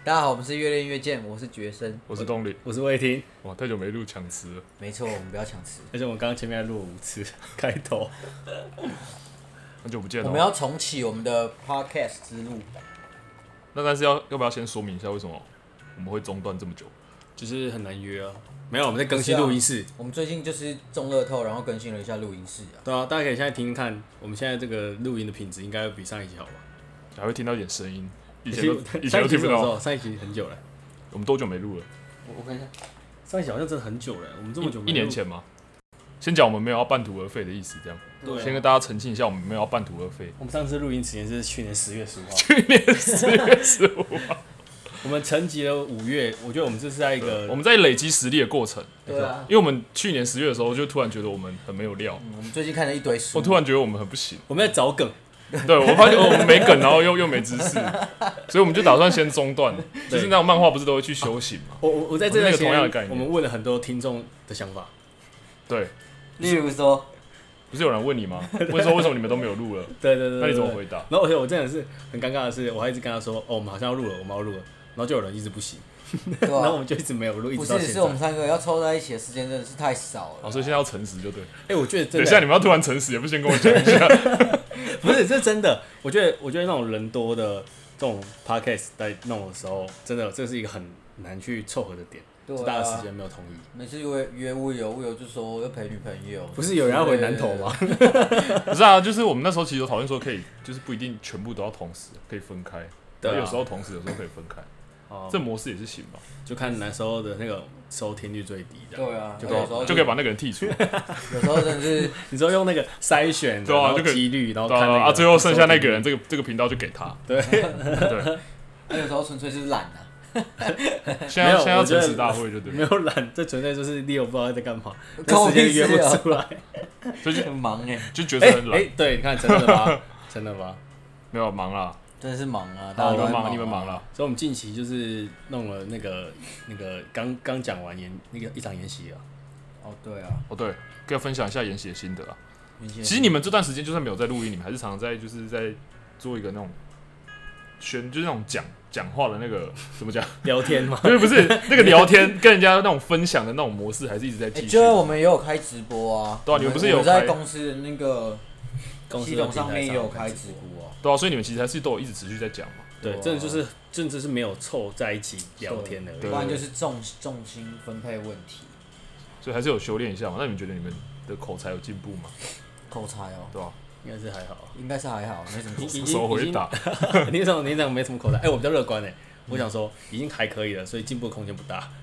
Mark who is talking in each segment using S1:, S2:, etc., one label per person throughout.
S1: 大家好，我们是越练越健，我是觉生，
S2: 我是东林，
S3: 我是魏听。
S2: 哇，太久没录抢词了。
S1: 没错，我们不要抢词，
S3: 而且我们刚刚前面还录了5次开头，
S2: 很久不见了。
S1: 我们要重启我们的 podcast 之路。
S2: 那但是要不要先说明一下为什么我们会中断这么久？
S3: 就是很难约啊。没有，我们在更新录音室。
S1: 我们最近就是中乐透，然后更新了一下录音室啊。
S3: 对啊，大家可以现在听听看，我们现在这个录音的品质应该比上一集好吧？
S2: 还会听到一点声音，以前
S3: 上
S2: 都听不到。
S3: 上一集很久了。
S2: 我们多久没录了？
S1: 我看一下，
S3: 上一集好像真的很久了，我们这么久没录
S2: 一年前吗？先讲我们没有要半途而废的意思，这样。
S1: 对啊
S2: 先跟大家澄清一下，我们没有要半途而废。
S3: 我们上次录音时间是去年10月15号。
S2: 去年10月15号，
S3: 我们沉寂了5月，我觉得我们这是在一个
S2: 我们在累积实力的过程。
S1: 对啊，
S2: 因为我们去年10月的时候，就突然觉得我们很没有料，
S1: 我们最近看了一堆书，
S2: 我突然觉得我们很不行。
S3: 我们在找梗。
S2: 对，我发现我们没梗，然后又没知识，所以我们就打算先中断。就是那种漫画不是都会去修行嘛？
S3: 我在这段时间
S2: 同样的概念，
S3: 我们问了很多听众的想法。
S2: 对，
S1: 例如说，
S2: 不是有人问你吗？问说为什么你们都没有录了？
S3: 对，
S2: 那你怎么回答？
S3: 然后我真的是很尴尬的是，我还一直跟他说，哦，我们好像要录了，我们要录了，然后就有人一直不行，
S1: 对啊
S3: 然后我们就一直没有录，一
S1: 不是，
S3: 直到现在。
S1: 是我们3个要凑在一起的时间真的是太少了。
S2: 所以现在要诚实就对。
S3: 我觉得真的。
S2: 等一下你们要突然诚实，也不先跟我讲一下。
S3: 不是，这真的，我觉得那种人多的这种 podcast 在弄的时候，真的这是一个很难去凑合的点，
S1: 对啊，
S3: 大家时间没有同意。
S1: 每次约乌友就说要陪女朋友，
S3: 不是有人要回南投吗？
S2: 不是啊，就是我们那时候其实有讨论说可以，就是不一定全部都要同时，可以分开。对，有时候同时，有时候可以分开。这模式也是行吧？
S3: 就看那时候的那个收听率最低的。
S1: 对啊，
S2: 就可以把那个人剔除。
S1: 有时候真的是，
S3: 你说用那个筛选，
S2: 对啊，
S3: 就几率，然后看那个
S2: 最后剩下那个人，这个频道就给他。
S3: 对。
S1: 那有时候纯粹是懒啊。
S2: 现在要诚实大会就对。
S3: 没有懒，这纯粹就是 Leo 不知道在干嘛，时间约不出来，
S2: 所以就
S1: 很忙
S2: 就觉得很懒。
S3: 对，你看真的吧？真的吧？
S2: 没有忙啦。
S1: 真的是忙啊，大家都
S2: 忙，你们忙了。
S3: 所以我们近期就是弄了那个刚讲完一场研习啊。
S1: 哦，对啊。
S2: 哦，对，可以分享一下研习的心得啊。其实你们这段时间就算没有在录音，你们还是常常在做一个那种就是那种讲话的那个怎么讲
S3: 聊天嘛？
S2: 不是那个聊天跟人家那种分享的那种模式，还是一直在继续。
S1: 就是我们也有开直播啊。
S2: 对啊，你们不是有
S1: 在公司的那个系统上面也有开直播啊。
S2: 对啊，所以你们其实还是都有一直持续在讲嘛。
S3: 对，真的是没有凑在一起聊天的，
S1: 不然就是重心分配问题。
S2: 所以还是有修炼一下嘛。那你们觉得你们的口才有进步吗？
S1: 口才哦，
S2: 对吧？
S3: 应该是还好，
S1: 没什么口才。
S2: 手回答，
S3: 你怎么没什么口才？我比较乐观哎，我想说已经还可以了，所以进步的空间不大。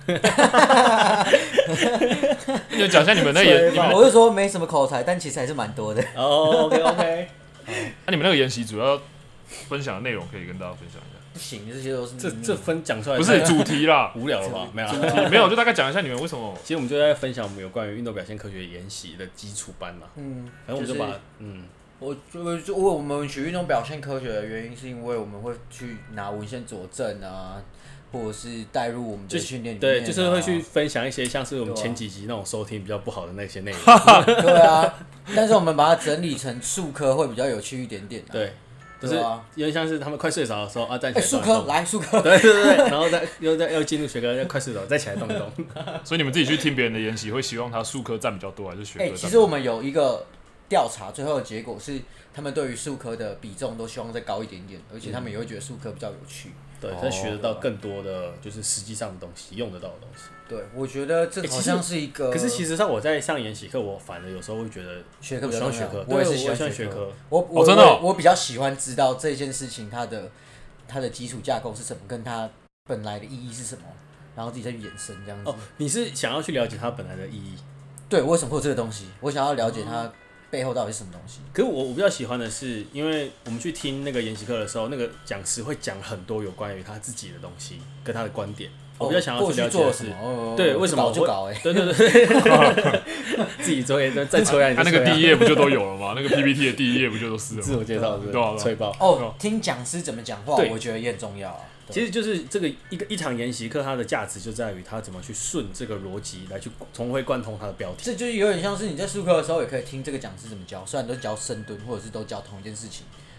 S2: 你就讲一下你们那研，
S1: 我是说没什么口才，但其实还是蛮多的。
S3: 哦，OK。
S2: 那你们那个研习主要分享的内容可以跟大家分享一下。
S1: 不行，这些都是
S3: 这分讲出来
S2: 不是主题啦，
S3: 无聊了吧？没有
S2: 主题没有，就大概讲一下你们为什么。
S3: 其实我们就在分享我们有关于运动表现科学研习的基础班嘛。然后我们就把
S1: 我们学运动表现科学的原因，是因为我们会去拿文献佐证啊，或者是带入我们的训练里面。
S3: 对，就是会去分享一些像是我们前几集那种收听比较不好的那些内容。
S1: 对啊，但是我们把它整理成术科会比较有趣一点点。
S3: 对。就是有点像是他们快睡着的时候啊，站起来
S1: 术科来术科，
S3: 对，然后要进入学科，要快睡着再起来动一动。
S2: 所以你们自己去听别人的研习，会希望他术科占比较多，还是学科占比较多？
S1: 其实我们有一个调查，最后的结果是，他们对于术科的比重都希望再高一点点，而且他们也会觉得术科比较有趣。
S3: 对，他学得到更多的就是实际上的东西，用得到的东西。
S1: 对，我觉得这好像是一个。
S3: 可是其实上我在上研习课，我反而有时候会觉得
S1: 学科比较重要。
S3: 我也是
S1: 喜欢
S3: 学科。
S2: 真的，
S1: 我比较喜欢知道这件事情它的基础架构是什么，跟它本来的意义是什么，然后自己再去延伸这样子。
S3: 你是想要去了解它本来的意义？
S1: 对，为什么会有这个东西？我想要了解它背后到底是什么东西。
S3: 可是我比较喜欢的是，因为我们去听那个研习课的时候，那个讲师会讲很多有关于他自己的东西跟他的观点。我比较想要去了解的是，对，为什么
S1: 就搞
S3: 对，自己作业再抽下你。
S2: 他那个第一页不就都有了吗？那个 PPT 的第一页不就都是了吗？
S3: 自我介绍，
S2: 对吧？
S3: 吹爆
S1: 听讲师怎么讲话，我觉得也很重要啊。
S3: 其实就是这个一场研习课，它的价值就在于它怎么去顺这个逻辑来去从会贯通它的标题。
S1: 这就有点像是你在术科的时候也可以听这个讲师怎么教，虽然都教深蹲或者是都教同一件事情，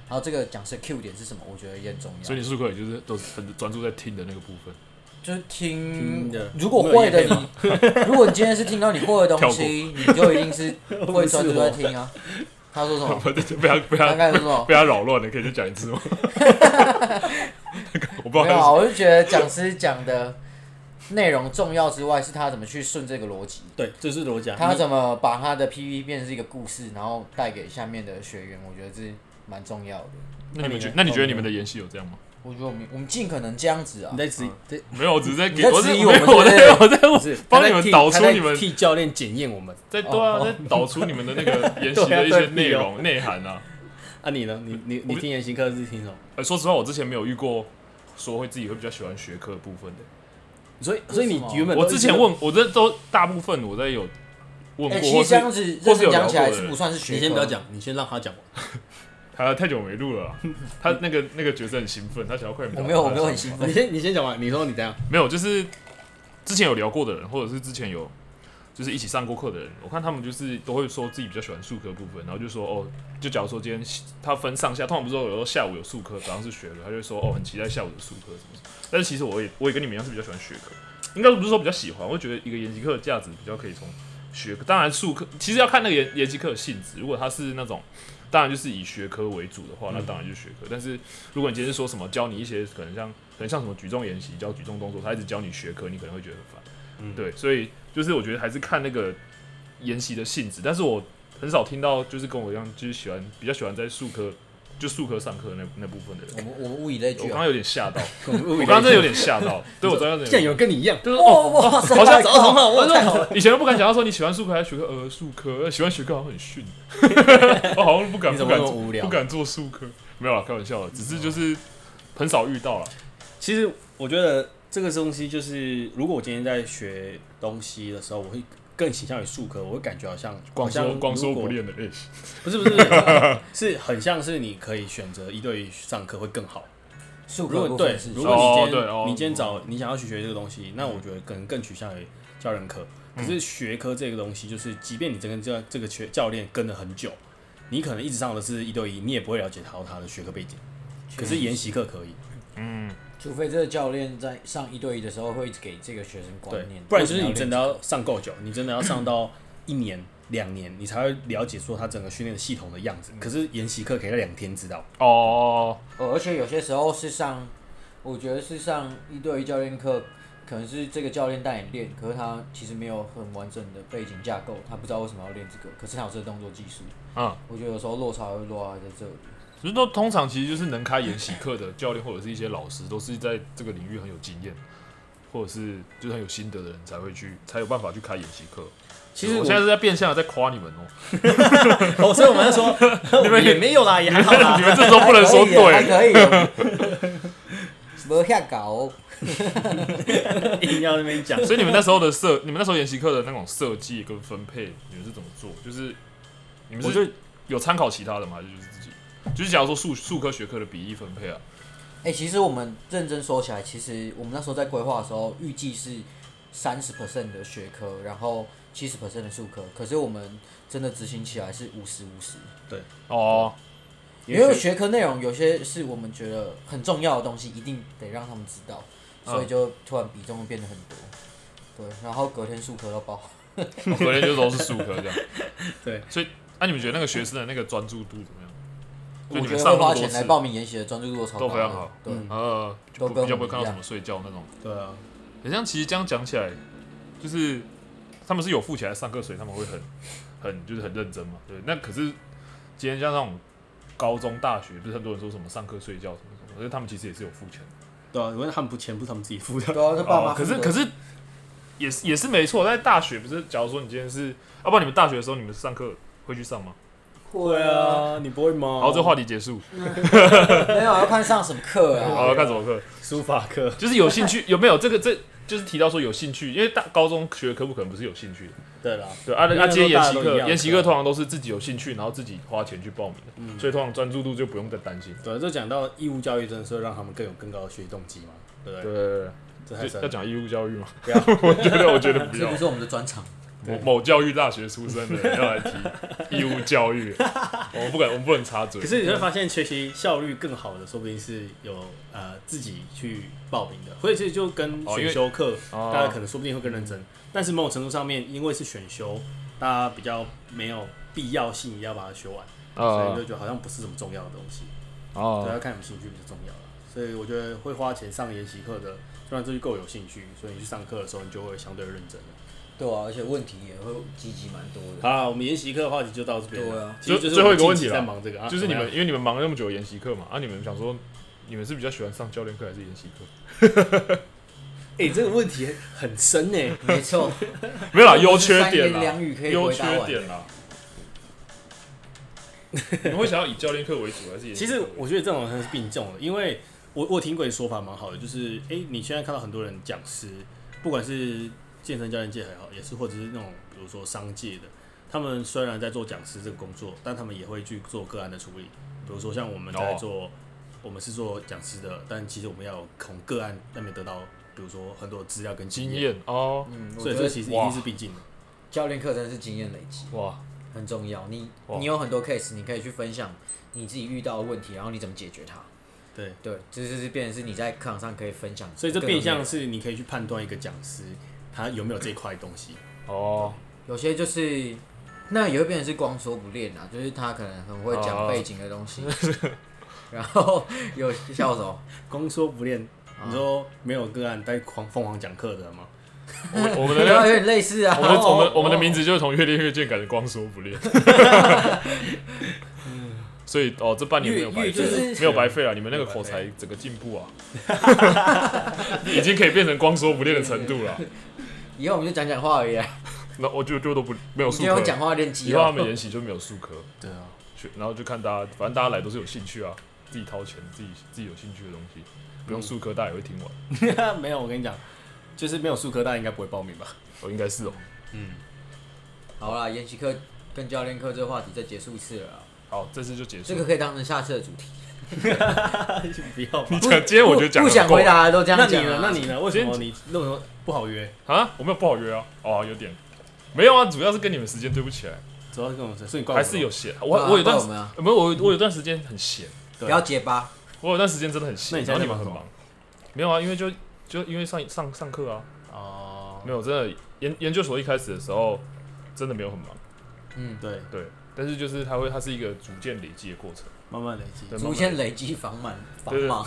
S1: 然后这个讲师的 Q 点是什么，我觉得也很重要。
S2: 所以你术科也就是都是很专注在听的那个部分。
S1: 就是听
S3: 的，
S1: 如果会的你，如果你今天是听到你会的东西，你就一定是会专注在听啊。他说什么？
S2: 不要被他扰乱了，可以再讲一次吗？我不知道。
S1: 没有，我就觉得讲师讲的内容重要之外，是他怎么去顺这个逻辑。
S3: 对，这是逻辑。
S1: 他怎么把他的 PPT 变成是一个故事，然后带给下面的学员，我觉得这蛮重要的。
S2: 那你觉得你们的研习有这样吗？
S1: 我觉得我们尽可能这样子啊。
S3: 你在质疑？
S2: 没有，我只是在给
S1: 我
S2: 在帮你们导出你们
S3: 替教练检验我们。
S2: 在导出你们的那个研习的一些内容内涵啊。
S3: 啊，你呢？你听研习课是听什么？
S2: 说实话，我之前没有遇过说自己会比较喜欢学科部分的。
S3: 所以你原本
S2: 我之前问我这都大部分我在有问过，
S1: 其实这样子认真讲起来是不算是学科。
S3: 你先不要讲，你先让他讲。
S2: 他太久没录了啦，他那个角色很兴奋，他想要快点。
S1: 我没有很兴奋。
S3: 你先讲完，你说你怎样？
S2: 没有，就是之前有聊过的人，或者是之前有就是一起上过课的人，我看他们就是都会说自己比较喜欢术科部分，然后就说哦，就假如说今天他分上下，通常不是说有时候下午有术科，早上是学科，他就会说哦很期待下午的术科什么。但是其实我也跟你们一样是比较喜欢学科，应该不是说比较喜欢，我觉得一个研习课的价值比较可以从学科，当然术科其实要看那个研习课的性质，如果它是那种。当然就是以学科为主的话，那当然就是学科。但是如果你今天是说什么教你一些可能像什么举重研习、教举重动作，他一直教你学科，你可能会觉得很烦。对，所以就是我觉得还是看那个研习的性质。但是我很少听到就是跟我一样，就是比较喜欢在术科上课那部分的人。
S1: 我们物以类聚。
S2: 我刚刚有点吓到，我刚刚真的有点吓到。对，我刚刚
S3: 竟然有人跟你一样，
S2: 就是
S1: 哇，
S2: 好像
S3: 找到我太好了。
S2: 以前都不敢讲到说你喜欢术科还是学科，术科喜欢学科好像很逊，我好像不敢做术科，没有啦，开玩笑的，只是就是很少遇到啦。
S3: 其实我觉得这个东西就是，如果我今天在学东西的时候，我会更倾向于术科，我会感觉好像
S2: 光说不练的类型，
S3: 不是，是很像是你可以选择1对1上课会更好。
S1: 术科部分是，
S3: 如果你今天你想要去学这个东西，那我觉得可能更趋向于教练课。可是学科这个东西，就是即便你跟这个教练跟了很久，你可能一直上的是1对1，你也不会了解他的学科背景。可是研习课可以，
S1: 除非这个教练在上1对1的时候会给这个学生观念，
S3: 不然就是你真的要上够久，你真的要上到1年、2年，你才会了解说他整个训练的系统的样子。可是研习课可以在2天知道。
S1: 而且有些时候是我觉得是上1对1教练课，可能是这个教练带你练，可是他其实没有很完整的背景架构，他不知道为什么要练这个，可是他有这个动作技术。我觉得有时候落差会落在这里。
S2: 只是说，通常其实就是能开研习课的教练或者是一些老师，都是在这个领域很有经验，或者是就是很有心得的人才有办法去开研习课。其实我现在是在变相的在夸你们
S3: 哦。所以我们在说你们也没有啦，也还好啦。
S2: 你们这都不能说对，
S1: 还可以，没瞎搞，
S3: 硬要那边讲。
S2: 所以你们那时候研习课的那种设计跟分配，你们是怎么做？就是你们是有参考其他的吗？还是就是自己？就是假如说术科学科的比例分配啊。
S1: 其实我们认真说起来，其实我们那时候在规划的时候，预计是30% 的学科，然后70% 的术科。可是我们真的执行起来是50-50。
S3: 对。
S1: 因为学科内容有些是我们觉得很重要的东西，一定得让他们知道，所以就突然比重变得很多。对，然后隔天术科都爆。
S2: 隔天就都是术科这样。
S3: 对。
S2: 所以，你们觉得那个学生的那个专注度怎么样？
S1: 我觉得会花钱来报名研习的专注度都
S2: 非常好，
S1: 对，
S2: 就比较不会看到什么睡觉那种。
S3: 对啊，
S2: 好像其实这样讲起来，就是他们是有付起来上课，所以他们会就是很认真嘛。对，那可是今天像那种高中、大学，不是很多人说什么上课睡觉什么什么，可是他们其实也是有付钱。
S3: 对啊，因为他们钱不是他们自己付的。
S1: 对啊，是爸妈。
S2: 可是也是没错，在大学不是，假如说你今天是，要不然你们大学的时候你们上课会去上吗？
S3: 会啊，你不会吗？
S2: 好，这话题结束。
S1: 没有，要看上什么课啊？
S2: 要看什么课？
S3: 书法课。
S2: 就是有兴趣，有没有这就是提到说有兴趣，因为高中学的科目可能不是有兴趣的。
S3: 对啦。
S2: 对今天研习课通常都是自己有兴趣，然后自己花钱去报名的，所以通常专注度就不用再担心。
S3: 对，这讲到义务教育，真的是会让他们更高的学习动机嘛，对不对？
S2: 对。要讲义务教育吗？
S3: 不要，
S2: 我觉得不要。
S1: 这不是我们的专长。
S2: 某教育大学出身的人要来提义务教育，我们不能插嘴。
S3: 可是你会发现，学习效率更好的，说不定是有自己去报名的，所以这就跟选修课，大家可能说不定会更认真。但是某种程度上面，因为是选修，大家比较没有必要性也要把它学完，所以就觉得好像不是什么重要的东西。对，要看你们兴趣比较重要了。所以我觉得会花钱上研习课的，就算这就够有兴趣，所以你去上课的时候，你就会相对认真了。
S1: 对啊，而且问题也会积极蛮多的。
S3: 好，我们研习课的话题就到这边了。
S1: 对啊，
S3: 其实就是
S2: 最后一个问题
S3: 在忙这个，
S2: 就是你们因为你们忙了那么久的研习课嘛，你们想说你们是比较喜欢上教练课还是研习课？
S3: 这个问题很深欸。
S1: 没错，
S2: 没有啦，优缺点啦，
S1: 两语可以
S2: 优
S1: 回答完
S2: 缺点啦。你们会想要以教练课为主还是研习课？
S3: 其实我觉得这种是并重的，因为我听过一个说法蛮好的，就是你现在看到很多人讲师，不管是健身教练界还好，也是或者是那种比如说商界的，他们虽然在做讲师这个工作，但他们也会去做个案的处理。比如说像我们在做，我们是做讲师的，但其实我们要从个案那边得到，比如说很多资料跟
S2: 经验哦。
S3: 所以这其实一定是并进的。
S1: 教练课真的是经验累积，
S2: 哇，
S1: 很重要。你有很多 case， 你可以去分享你自己遇到的问题，然后你怎么解决它。对，这就是变成是你在课堂上可以分享。
S3: 所以这变相是你可以去判断一个讲师他有没有这块东西。
S1: 有些就是那也会变成是光说不练啊，就是他可能很会讲背景的东西，然后有笑什么？
S3: 光说不练，你说没有个案在疯狂讲课的吗？
S2: 我们的
S1: 有点类似啊。
S2: 我们的名字就是从越练越健改的光说不练。所以这半年没有白费，没有白费了。你们那个口才整个进步啊，已经可以变成光说不练的程度了。
S1: 以后我们就讲讲话而已。
S2: 那我就都不没有术科。
S1: 以后讲话练肌肉。
S2: 以后他们研习就没有术科。
S3: 对啊，
S2: 然后就看大家，反正大家来都是有兴趣啊，自己掏钱，自己有兴趣的东西，不用术科大家也会听完。
S3: 没有，我跟你讲，就是没有术科大家应该不会报名吧？
S2: 应该是哦。
S1: 好啦，研习课跟教练课这个话题再结束一次了啦。
S2: 好，这次就结束。
S1: 这个可以当成下次的主题。
S3: 不要吧！
S2: 你讲今天我觉得讲
S1: 不想回答的都这样讲。
S3: 那你呢？为什么不好约
S2: 啊？我没有不好约啊。有点没有啊，主要是跟你们时间对不起来。
S3: 主要是跟我们所以你怪我
S2: 还是有闲。我有段没有我有段时间很闲。
S1: 不要结巴。
S2: 我有段时间真的很闲。
S3: 那
S2: 你们很忙？没有啊，因为就因为上课啊。没有，真的研究所一开始的时候真的没有很忙。对。但是就是它是一个逐渐累积的过程，
S3: 慢慢累积，
S1: 逐渐累积防满吗？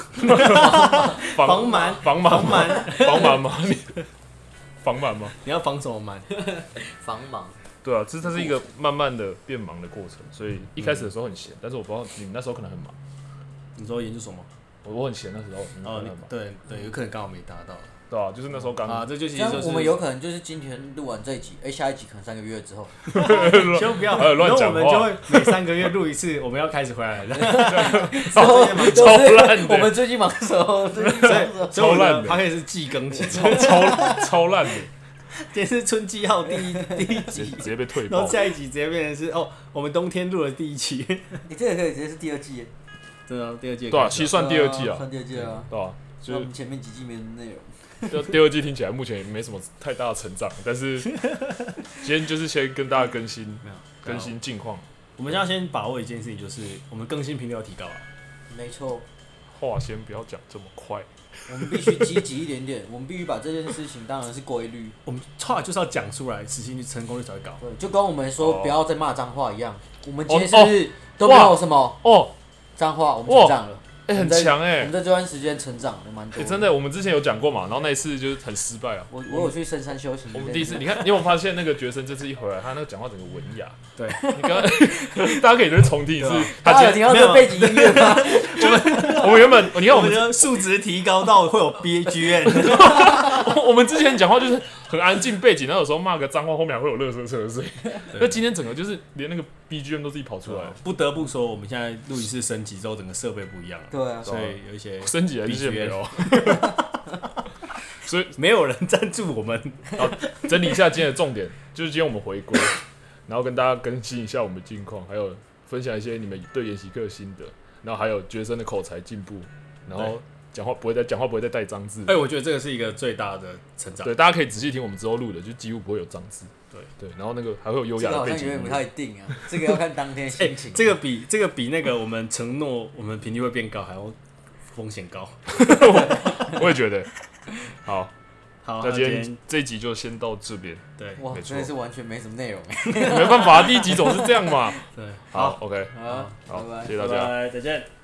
S2: 防满吗？
S3: 你要防什么满？
S1: 防忙。
S2: 对啊，它是一个慢慢的变忙的过程，所以一开始的时候很闲，但是我不知道你们那时候可能很忙。
S3: 你说研究所吗？
S2: 我很闲那时候，
S3: 对，有可能刚好没达到。
S2: 对啊，就是那时候刚
S3: 这就其实就是
S1: 我们有可能就是今天录完这一集，下一集可能3个月之后，
S3: 千万不要
S2: 乱讲话，
S3: 我们就会每3个月录一次，我们要开始回来了。
S1: 超
S2: 烂的，
S1: 我们最近忙什么？
S3: 超烂的，它可以是季更期，
S2: 超烂的。
S3: 今天是春季号第一集，
S2: 直接被退爆。
S3: 然后下一集直接变成是我们冬天录的第1期。
S1: 你这个可以直接是第2季，
S3: 真的第2季。
S2: 对啊，其实算第2季啊，
S1: 算第2季啊。
S2: 对啊，
S1: 就是我们前面几季没的内容。
S2: 第2季听起来目前也没什么太大的成长，但是今天就是先跟大家更新近况。
S3: 我们要先把握一件事情，就是我们更新频率要提高了。
S1: 没错。
S2: 话先不要讲这么快。
S1: 我们必须积极一点点，我们必须把这件事情当然是规律。
S3: 我们话就是要讲出来，执行率、成功率才会高。
S1: 对，就跟我们说不要再骂脏话一样。我们今天是不是都没有什么脏话？我们成长了。
S2: 很强
S1: 我们在这段时间成长了蛮多。
S2: 真的，我们之前有讲过嘛，然后那一次就是很失败啊。
S1: 我有去深山修行。
S2: 我们第一次，你看，你有没有发现那个学生这次一回来，他那个讲话整个文雅。
S3: 对，
S2: 你刚刚大家可以再重听一次。
S1: 大家有听到这个背景音乐吗？
S2: 我们原本你看我们
S3: 的数值提高到会有 BGM。
S2: 我们之前讲话就是很安静背景，然后有时候骂个脏话，后面还会有垃圾车的声音。那今天整个就是连那个 BGM 都自己跑出来了。
S3: 不得不说，我们现在录音室升级之后，整个设备不一样了。
S1: 对啊，
S3: 所以有一些
S2: 升级还是没有。所以
S3: 没有人赞助我们。
S2: 好，整理一下今天的重点，就是今天我们回归，然后跟大家更新一下我们近况，还有分享一些你们对研习课的心得，然后还有学生的口才进步，然后讲话不会再带脏字。
S3: 我觉得这个是一个最大的成长。
S2: 对，大家可以仔细听我们之后录的，就几乎不会有脏字。
S3: 对，
S2: 然后那个还会有优雅的背景音乐。
S1: 这个好像有点不太定啊，这个要看当天心情。
S3: 这个比那个我们承诺我们频率会变高还要风险高。
S2: 我也觉得。好，
S3: 好，
S2: 那今天这一集就先到这边。
S3: 对，
S1: 哇，
S2: 没错
S1: 真的是完全没什么内容
S2: 没办法，第一集总是这样嘛。
S3: 对，
S2: 好，OK，
S1: 好，
S2: 好，
S1: 拜拜
S2: 谢谢大家。
S3: 拜拜，再见。